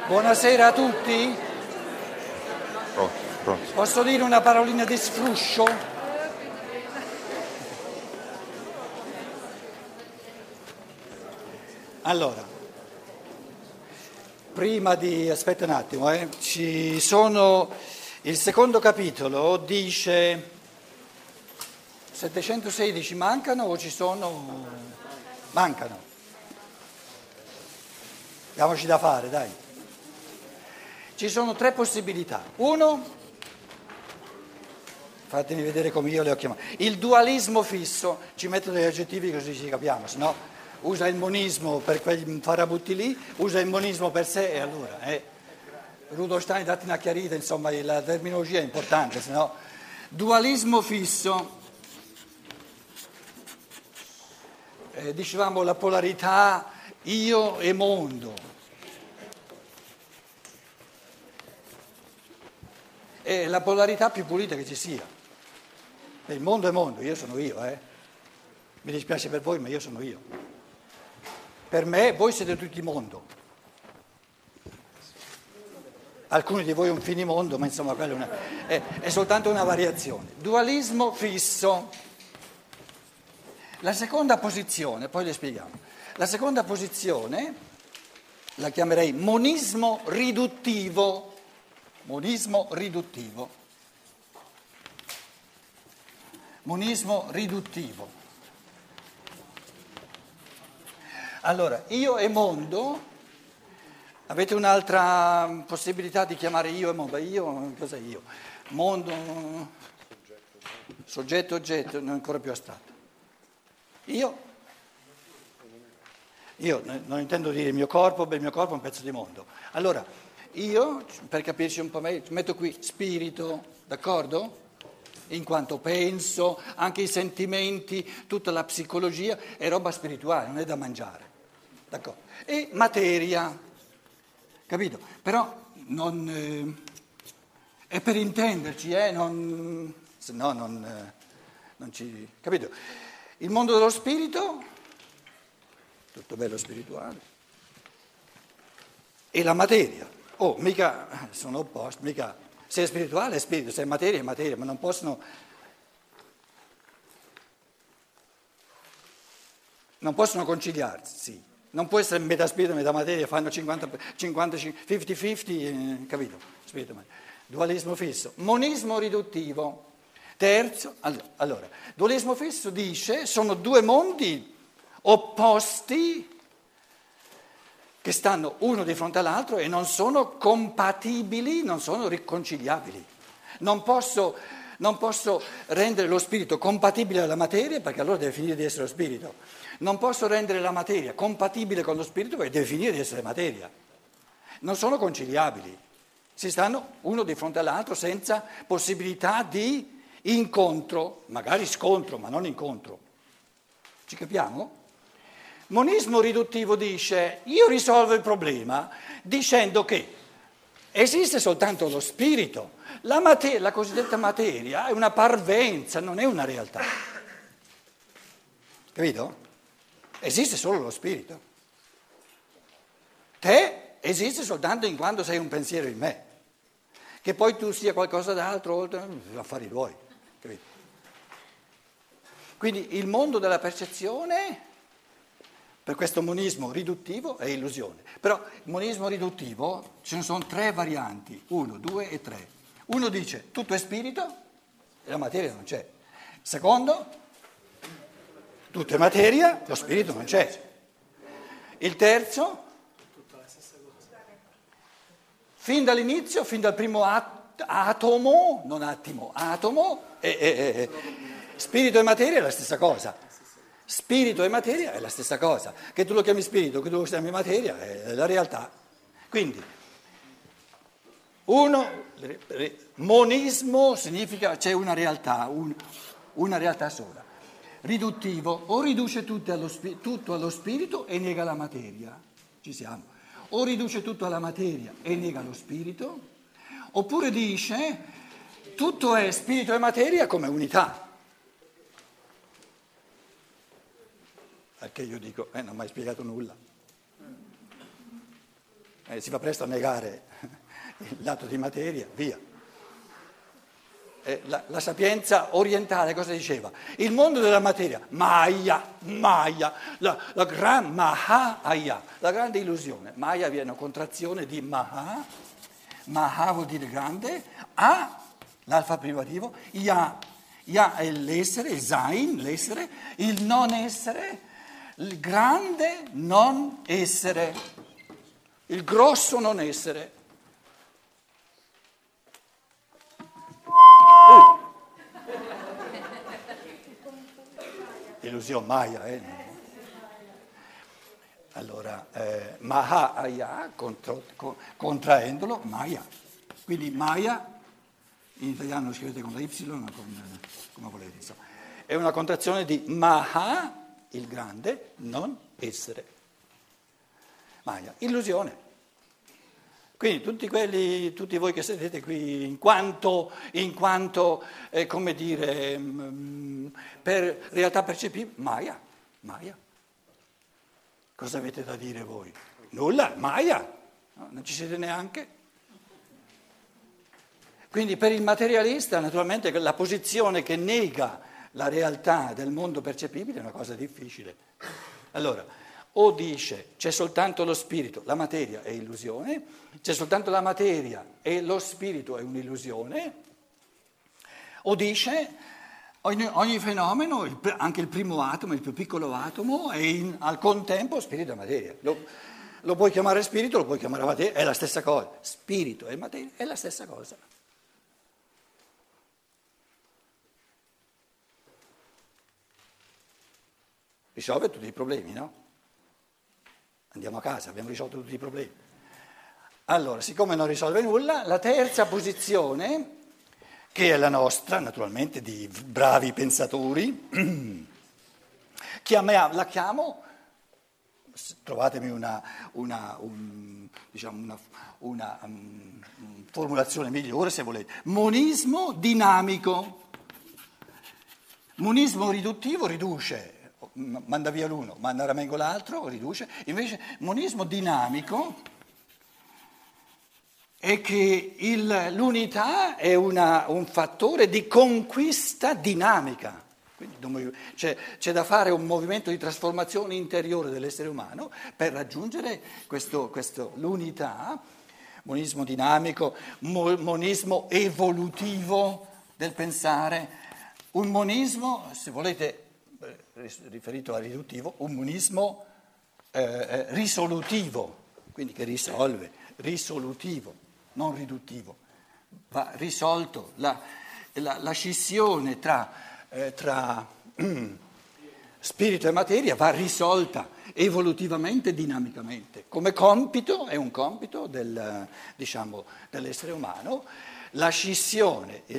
Buonasera a tutti. Pronto, pronto. Posso dire una parolina di sfruscio? Allora, prima di... aspetta un attimo, ci sono... Il secondo capitolo dice 716 mancano o ci sono? Mancano. Diamoci da fare, dai. Ci sono tre possibilità. Uno, fatemi vedere come io le ho chiamate, il dualismo fisso, ci metto degli aggettivi così ci capiamo, se no usa il monismo per quei farabutti lì, usa il monismo per sé e allora, Rudolf Steiner, datti una chiarita, insomma la terminologia è importante, se no. Dualismo fisso, dicevamo la polarità io e mondo. È la polarità più pulita che ci sia. Il mondo è mondo, io sono io, Mi dispiace per voi, ma io sono io. Per me, voi siete tutti mondo. Alcuni di voi un finimondo, ma insomma quello è soltanto una variazione. Dualismo fisso. La seconda posizione, poi le spieghiamo. La seconda posizione la chiamerei monismo riduttivo. Monismo riduttivo. Monismo riduttivo. Allora, io e mondo, avete un'altra possibilità di chiamare io e mondo? Io, cos'è io? Mondo, soggetto, oggetto, non ancora più astratto. Io non intendo dire il mio corpo è un pezzo di mondo. Allora, io, per capirci un po' meglio, metto qui spirito, d'accordo? In quanto penso, anche i sentimenti, tutta la psicologia è roba spirituale, non è da mangiare, d'accordo? E materia, capito? Però non, è per intenderci, se no non ci... capito? Il mondo dello spirito, tutto bello spirituale, e la materia. Oh, mica sono opposti, mica se è spirituale è spirito, se è materia, ma non possono conciliarsi. Non può essere metà spirito e metà materia, fanno 50-50, capito? Spirito, dualismo fisso. Monismo riduttivo. Terzo, allora, dualismo fisso dice sono due mondi opposti che stanno uno di fronte all'altro e non sono compatibili, non sono riconciliabili. Non posso rendere lo spirito compatibile alla materia perché allora deve finire di essere lo spirito. Non posso rendere la materia compatibile con lo spirito perché deve finire di essere materia. Non sono conciliabili. Si stanno uno di fronte all'altro senza possibilità di incontro, magari scontro, ma non incontro. Ci capiamo? Monismo riduttivo dice, io risolvo il problema dicendo che esiste soltanto lo spirito, la cosiddetta materia è una parvenza, non è una realtà. Capito? Esiste solo lo spirito. Te esiste soltanto in quanto sei un pensiero in me. Che poi tu sia qualcosa d'altro, affari tuoi. Capito? Quindi il mondo della percezione... Per questo monismo riduttivo è illusione. Però il monismo riduttivo ce ne sono tre varianti, 1, 2 e 3. Uno dice tutto è spirito e la materia non c'è. Secondo, tutto è materia, lo spirito non c'è. Il terzo, fin dall'inizio, fin dal primo atomo, non attimo, atomo, spirito e materia è la stessa cosa. Spirito e materia è la stessa cosa, che tu lo chiami spirito, che tu lo chiami materia, è la realtà. Quindi, monismo significa c'è una realtà, una realtà sola. Riduttivo, o riduce tutto allo spirito e nega la materia, ci siamo. O riduce tutto alla materia e nega lo spirito, oppure dice tutto è spirito e materia come unità. Perché io dico, non ho mai spiegato nulla. si fa presto a negare il lato di materia, via. La sapienza orientale cosa diceva? Il mondo della materia, Maya, la gran Mahaya, la grande illusione. Maya viene una contrazione di Maha vuol dire grande, A, l'alfa privativo, Ya è l'essere, il Sein, l'essere, il non essere, il grande non essere, il grosso non essere. Illusione, Maya, Allora, Mahaya, contraendolo, Maya. Quindi Maya, in italiano lo scrivete con la Y, ma come volete, insomma. È una contrazione di Maha, il grande, non essere. Maya, illusione. Quindi tutti voi che sedete qui, in quanto come dire, per realtà percepibile, Maya. Cosa avete da dire voi? Nulla, Maya, no, non ci siete neanche. Quindi per il materialista, naturalmente, la posizione che nega la realtà del mondo percepibile è una cosa difficile. Allora, o dice c'è soltanto lo spirito, la materia è illusione, c'è soltanto la materia e lo spirito è un'illusione, o dice ogni fenomeno, anche il primo atomo, il più piccolo atomo, è al contempo spirito e materia. Lo puoi chiamare spirito, lo puoi chiamare materia, è la stessa cosa. Spirito e materia è la stessa cosa. Risolve tutti i problemi, no? Andiamo a casa, abbiamo risolto tutti i problemi. Allora, siccome non risolve nulla, la terza posizione, che è la nostra, naturalmente, di bravi pensatori, la chiamo, trovatemi una formulazione migliore se volete, monismo dinamico. Monismo riduttivo riduce, manda via l'uno, manda a ramengo l'altro, riduce. Invece monismo dinamico è che l'unità è un fattore di conquista dinamica. Quindi c'è da fare un movimento di trasformazione interiore dell'essere umano per raggiungere l'unità, monismo dinamico, monismo evolutivo del pensare, un monismo, se volete, riferito al riduttivo, un monismo risolutivo, quindi che risolve, risolutivo, non riduttivo. Va risolto la scissione tra spirito e materia, va risolta evolutivamente, dinamicamente. Come compito, è un compito dell'essere umano, la scissione e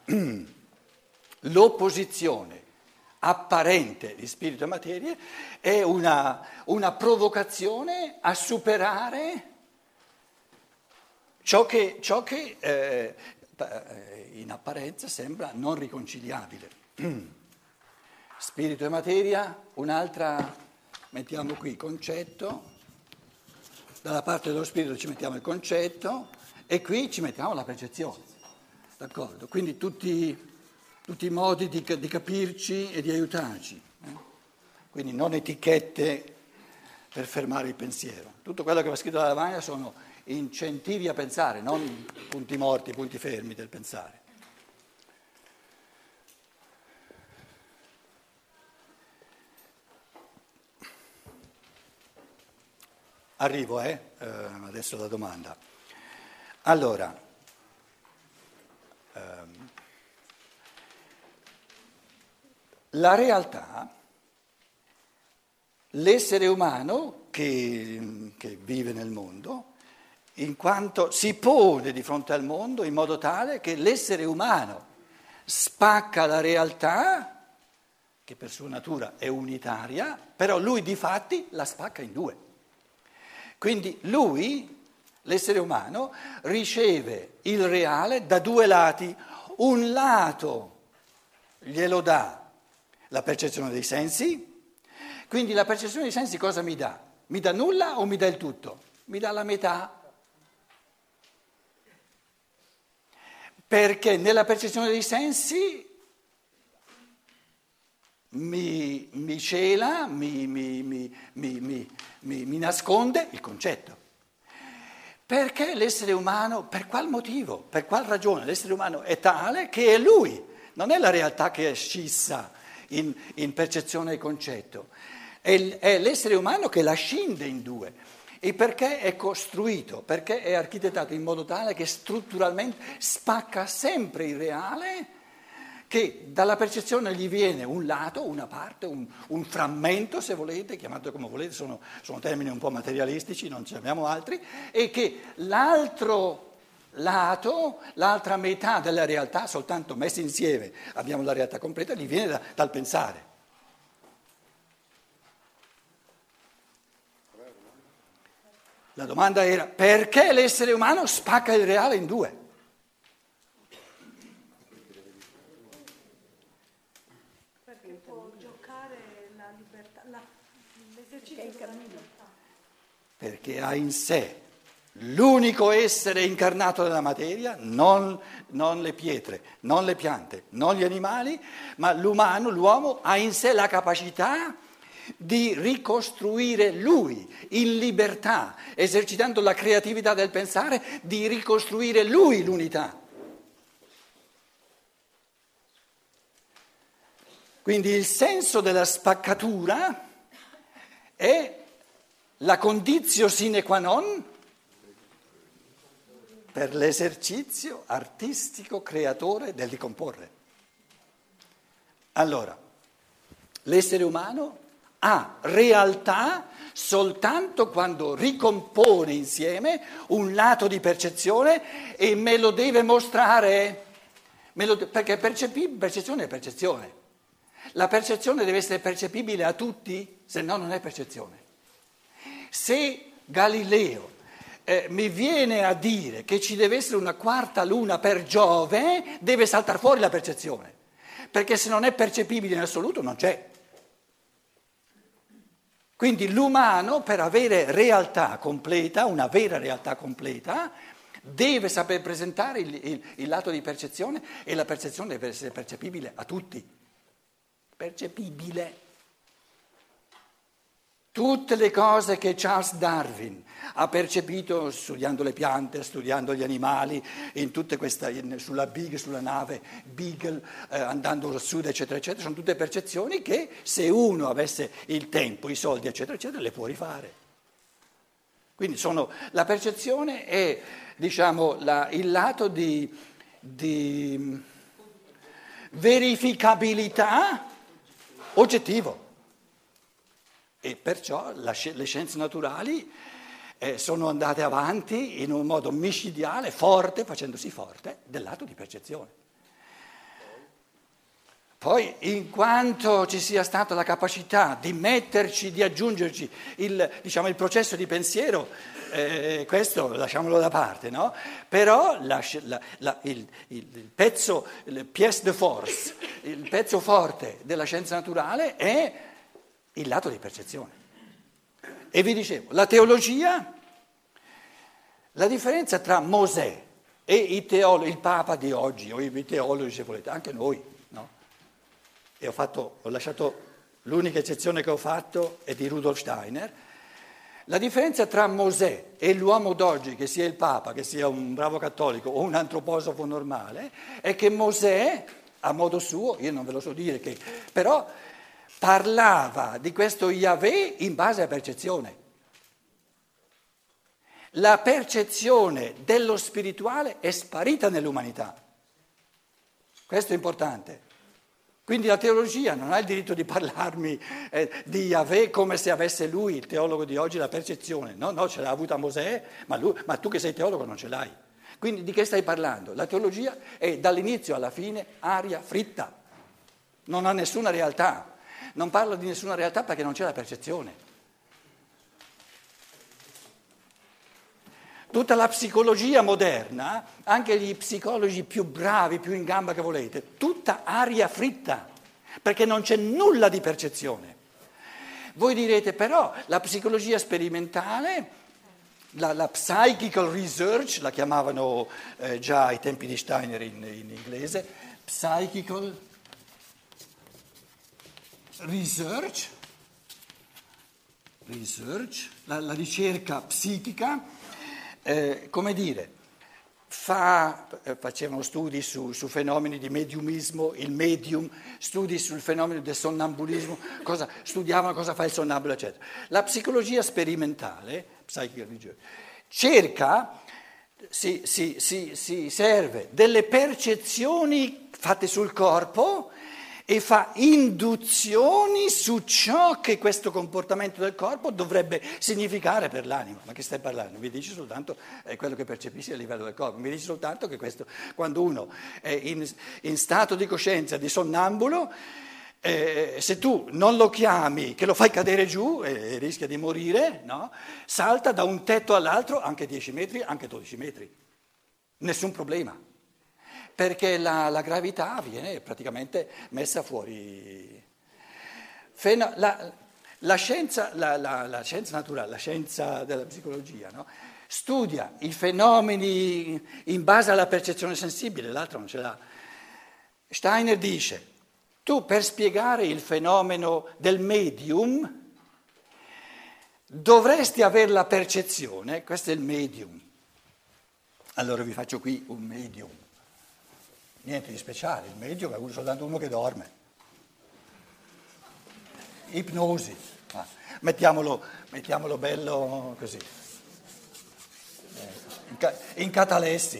l'opposizione apparente di spirito e materia è una provocazione a superare ciò che in apparenza sembra non riconciliabile. Spirito e materia, un'altra, mettiamo qui concetto, dalla parte dello spirito ci mettiamo il concetto e qui ci mettiamo la percezione, d'accordo? Quindi tutti i modi di capirci e di aiutarci. Quindi non etichette per fermare il pensiero. Tutto quello che va scritto dalla Lavagna sono incentivi a pensare, non punti morti, punti fermi del pensare. Arrivo, adesso la domanda. Allora, la realtà, l'essere umano che vive nel mondo, in quanto si pone di fronte al mondo in modo tale che l'essere umano spacca la realtà, che per sua natura è unitaria, però lui di fatti la spacca in due. Quindi lui, l'essere umano, riceve il reale da due lati. Un lato glielo dà la percezione dei sensi, quindi la percezione dei sensi cosa mi dà? Mi dà nulla o mi dà il tutto? Mi dà la metà. Perché nella percezione dei sensi mi cela, mi nasconde il concetto. Perché l'essere umano, per qual motivo, per qual ragione l'essere umano è tale che è lui, non è la realtà che è scissa in percezione e concetto, è l'essere umano che la scinde in due. E perché è costruito, perché è architettato in modo tale che strutturalmente spacca sempre il reale, che dalla percezione gli viene un lato, una parte, un frammento, se volete, chiamatelo come volete, sono termini un po' materialistici, non ce ne abbiamo altri, e che l'altro lato, l'altra metà della realtà, soltanto messi insieme abbiamo la realtà completa, gli viene dal pensare. La domanda era: perché l'essere umano spacca il reale in due? Perché può giocare la libertà, l'esercizio della libertà. Perché ha in sé l'unico essere incarnato nella materia, non le pietre, non le piante, non gli animali, ma l'uomo ha in sé la capacità di ricostruire lui in libertà, esercitando la creatività del pensare, di ricostruire lui l'unità. Quindi il senso della spaccatura è la conditio sine qua non per l'esercizio artistico creatore del ricomporre. Allora, l'essere umano ha realtà soltanto quando ricompone insieme un lato di percezione e me lo deve mostrare, perché percezione è percezione. La percezione deve essere percepibile a tutti, se no non è percezione. Se Galileo mi viene a dire che ci deve essere una quarta luna per Giove, deve saltare fuori la percezione, perché se non è percepibile in assoluto non c'è. Quindi l'umano, per avere realtà completa, una vera realtà completa, deve saper presentare il lato di percezione, e la percezione deve essere percepibile a tutti. Percepibile. Tutte le cose che Charles Darwin ha percepito studiando le piante, studiando gli animali, sulla nave Beagle, andando a sud, eccetera, eccetera, sono tutte percezioni che, se uno avesse il tempo, i soldi, eccetera, eccetera, le può rifare. Quindi la percezione è, diciamo, il lato di verificabilità oggettivo. E perciò le scienze naturali sono andate avanti in un modo micidiale, forte, facendosi forte del lato di percezione. Poi, in quanto ci sia stata la capacità di metterci, di aggiungerci il processo di pensiero, questo lasciamolo da parte, no? Però il pièce de force, il pezzo forte della scienza naturale è il lato di percezione. E vi dicevo, la teologia, la differenza tra Mosè e il Papa di oggi, o i teologi, se volete, anche noi, no? E ho lasciato, l'unica eccezione che ho fatto è di Rudolf Steiner. La differenza tra Mosè e l'uomo d'oggi, che sia il Papa, che sia un bravo cattolico o un antroposofo normale, è che Mosè, a modo suo, io non ve lo so dire, però parlava di questo Yahweh in base a percezione. La percezione dello spirituale è sparita nell'umanità. Questo è importante. Quindi la teologia non ha il diritto di parlarmi di Yahweh come se avesse lui, il teologo di oggi, la percezione. No, ce l'ha avuta Mosè, ma tu che sei teologo non ce l'hai. Quindi di che stai parlando? La teologia è dall'inizio alla fine aria fritta, non ha nessuna realtà. Non parlo di nessuna realtà perché non c'è la percezione. Tutta la psicologia moderna, anche gli psicologi più bravi, più in gamba che volete, tutta aria fritta, perché non c'è nulla di percezione. Voi direte però la psicologia sperimentale la psychical research, la chiamavano già ai tempi di Steiner in inglese, psychical research, la ricerca psichica, come dire, facevano studi su fenomeni di mediumismo, il medium, studi sul fenomeno del sonnambulismo, studiavano cosa fa il sonnambulo, eccetera. La psicologia sperimentale, psychical research, cerca, si serve delle percezioni fatte sul corpo e fa induzioni su ciò che questo comportamento del corpo dovrebbe significare per l'anima. Ma che stai parlando? Mi dici soltanto quello che percepisci a livello del corpo, mi dici soltanto che questo, quando uno è in stato di coscienza di sonnambulo, se tu non lo chiami, che lo fai cadere giù e rischia di morire, no? Salta da un tetto all'altro, anche 10 metri, anche 12 metri, nessun problema. Perché la gravità viene praticamente messa fuori. La scienza naturale, la scienza della psicologia, no? Studia i fenomeni in base alla percezione sensibile, l'altro non ce l'ha. Steiner dice, tu per spiegare il fenomeno del medium dovresti avere la percezione, questo è il medium. Allora vi faccio qui un medium. Niente di speciale, il medium è soltanto uno che dorme. Ipnosi, mettiamolo bello così, in catalessi.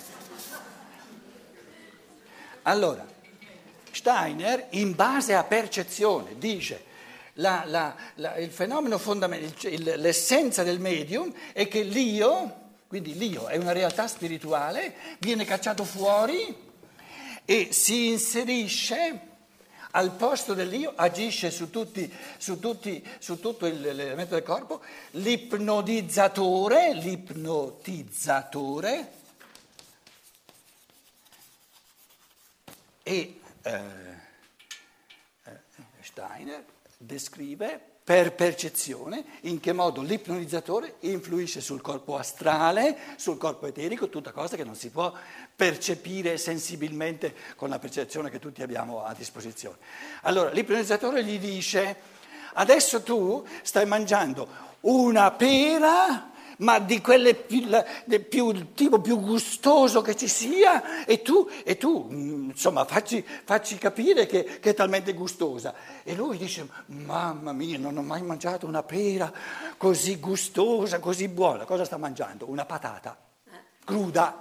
Allora, Steiner, in base a percezione, dice il fenomeno fondamentale, l'essenza del medium è che l'io, quindi l'io è una realtà spirituale, viene cacciato fuori e si inserisce al posto dell'io, agisce su tutto l'elemento del corpo, l'ipnotizzatore e Steiner descrive per percezione in che modo l'ipnotizzatore influisce sul corpo astrale, sul corpo eterico, tutta cosa che non si può percepire sensibilmente con la percezione che tutti abbiamo a disposizione. Allora l'ipnotizzatore gli dice, adesso tu stai mangiando una pera, ma di quelle il tipo più gustoso che ci sia, e tu insomma, facci capire che è talmente gustosa. E lui dice, mamma mia, non ho mai mangiato una pera così gustosa, così buona. Cosa sta mangiando? Una patata cruda.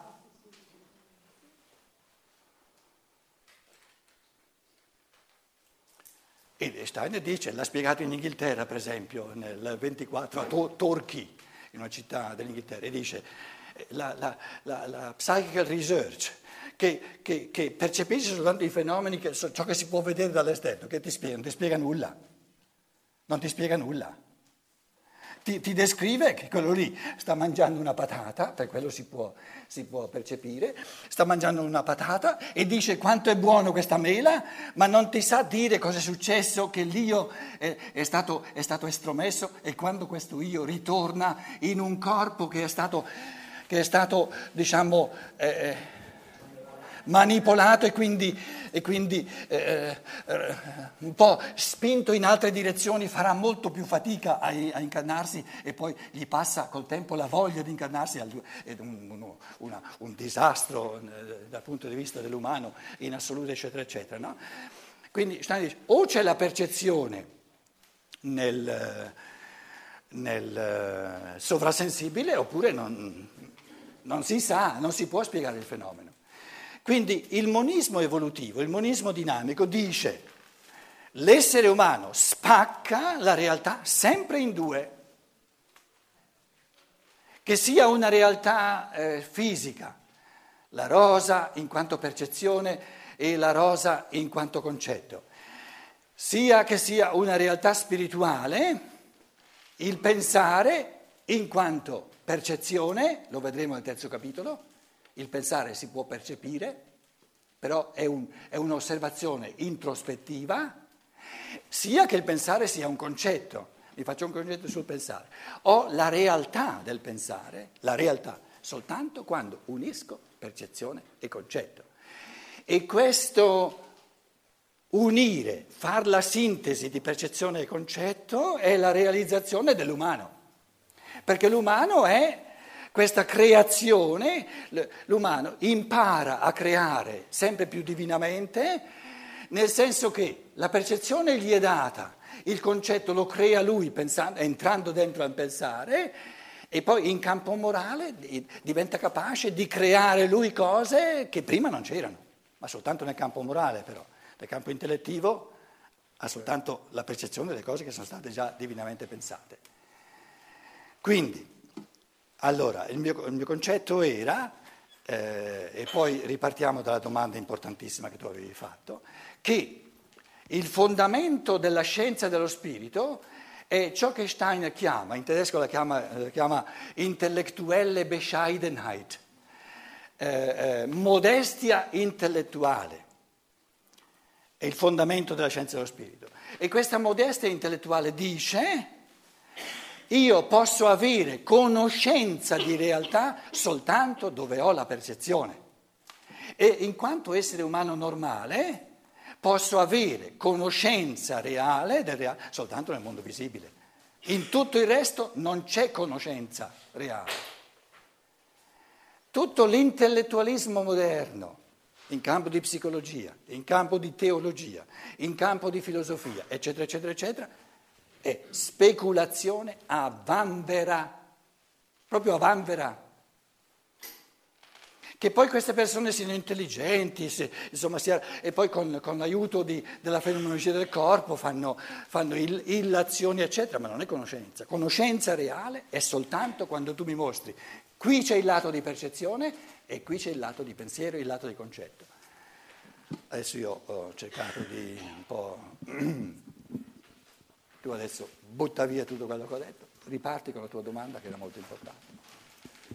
E Steiner dice, l'ha spiegato in Inghilterra, per esempio, nel 24 a Torquay, in una città dell'Inghilterra, e dice la psychical research che percepisce soltanto i fenomeni, ciò che si può vedere dall'esterno, che non ti spiega nulla, non ti spiega nulla. Ti descrive che quello lì sta mangiando una patata, per quello si può percepire, sta mangiando una patata e dice quanto è buono questa mela, ma non ti sa dire cosa è successo, che l'io è stato estromesso, e quando questo io ritorna in un corpo che è stato diciamo, manipolato e quindi un po' spinto in altre direzioni, farà molto più fatica a incarnarsi, e poi gli passa col tempo la voglia di incarnarsi, è un disastro dal punto di vista dell'umano in assoluto, eccetera, eccetera, no? Quindi Steiner dice, o c'è la percezione nel sovrasensibile, oppure non si sa, non si può spiegare il fenomeno. Quindi il monismo evolutivo, il monismo dinamico dice l'essere umano spacca la realtà sempre in due, che sia una realtà fisica, la rosa in quanto percezione e la rosa in quanto concetto, sia che sia una realtà spirituale, il pensare in quanto percezione, lo vedremo nel terzo capitolo. Il pensare si può percepire, però è un'osservazione introspettiva, sia che il pensare sia un concetto, mi faccio un concetto sul pensare. Ho la realtà del pensare, la realtà, soltanto quando unisco percezione e concetto. E questo unire, far la sintesi di percezione e concetto è la realizzazione dell'umano. Perché l'umano è questa creazione, l'umano impara a creare sempre più divinamente, nel senso che la percezione gli è data, il concetto lo crea lui pensando, entrando dentro al pensare, e poi in campo morale diventa capace di creare lui cose che prima non c'erano, ma soltanto nel campo morale però. Nel campo intellettivo ha soltanto la percezione delle cose che sono state già divinamente pensate. Quindi, allora, il mio concetto era, e poi ripartiamo dalla domanda importantissima che tu avevi fatto, che il fondamento della scienza dello spirito è ciò che Steiner chiama, in tedesco la chiama intellektuelle Bescheidenheit, modestia intellettuale. È il fondamento della scienza dello spirito. E questa modestia intellettuale dice: io posso avere conoscenza di realtà soltanto dove ho la percezione. E in quanto essere umano normale posso avere conoscenza reale del reale soltanto nel mondo visibile. In tutto il resto non c'è conoscenza reale. Tutto l'intellettualismo moderno, in campo di psicologia, in campo di teologia, in campo di filosofia, eccetera, eccetera, eccetera, è speculazione a vanvera, proprio a vanvera. Che poi queste persone siano intelligenti, e poi con l'aiuto della fenomenologia del corpo fanno illazioni, eccetera, ma non è conoscenza. Conoscenza reale è soltanto quando tu mi mostri qui c'è il lato di percezione e qui c'è il lato di pensiero, il lato di concetto. Adesso io ho cercato di un po'... Tu adesso butta via tutto quello che ho detto, riparti con la tua domanda che era molto importante.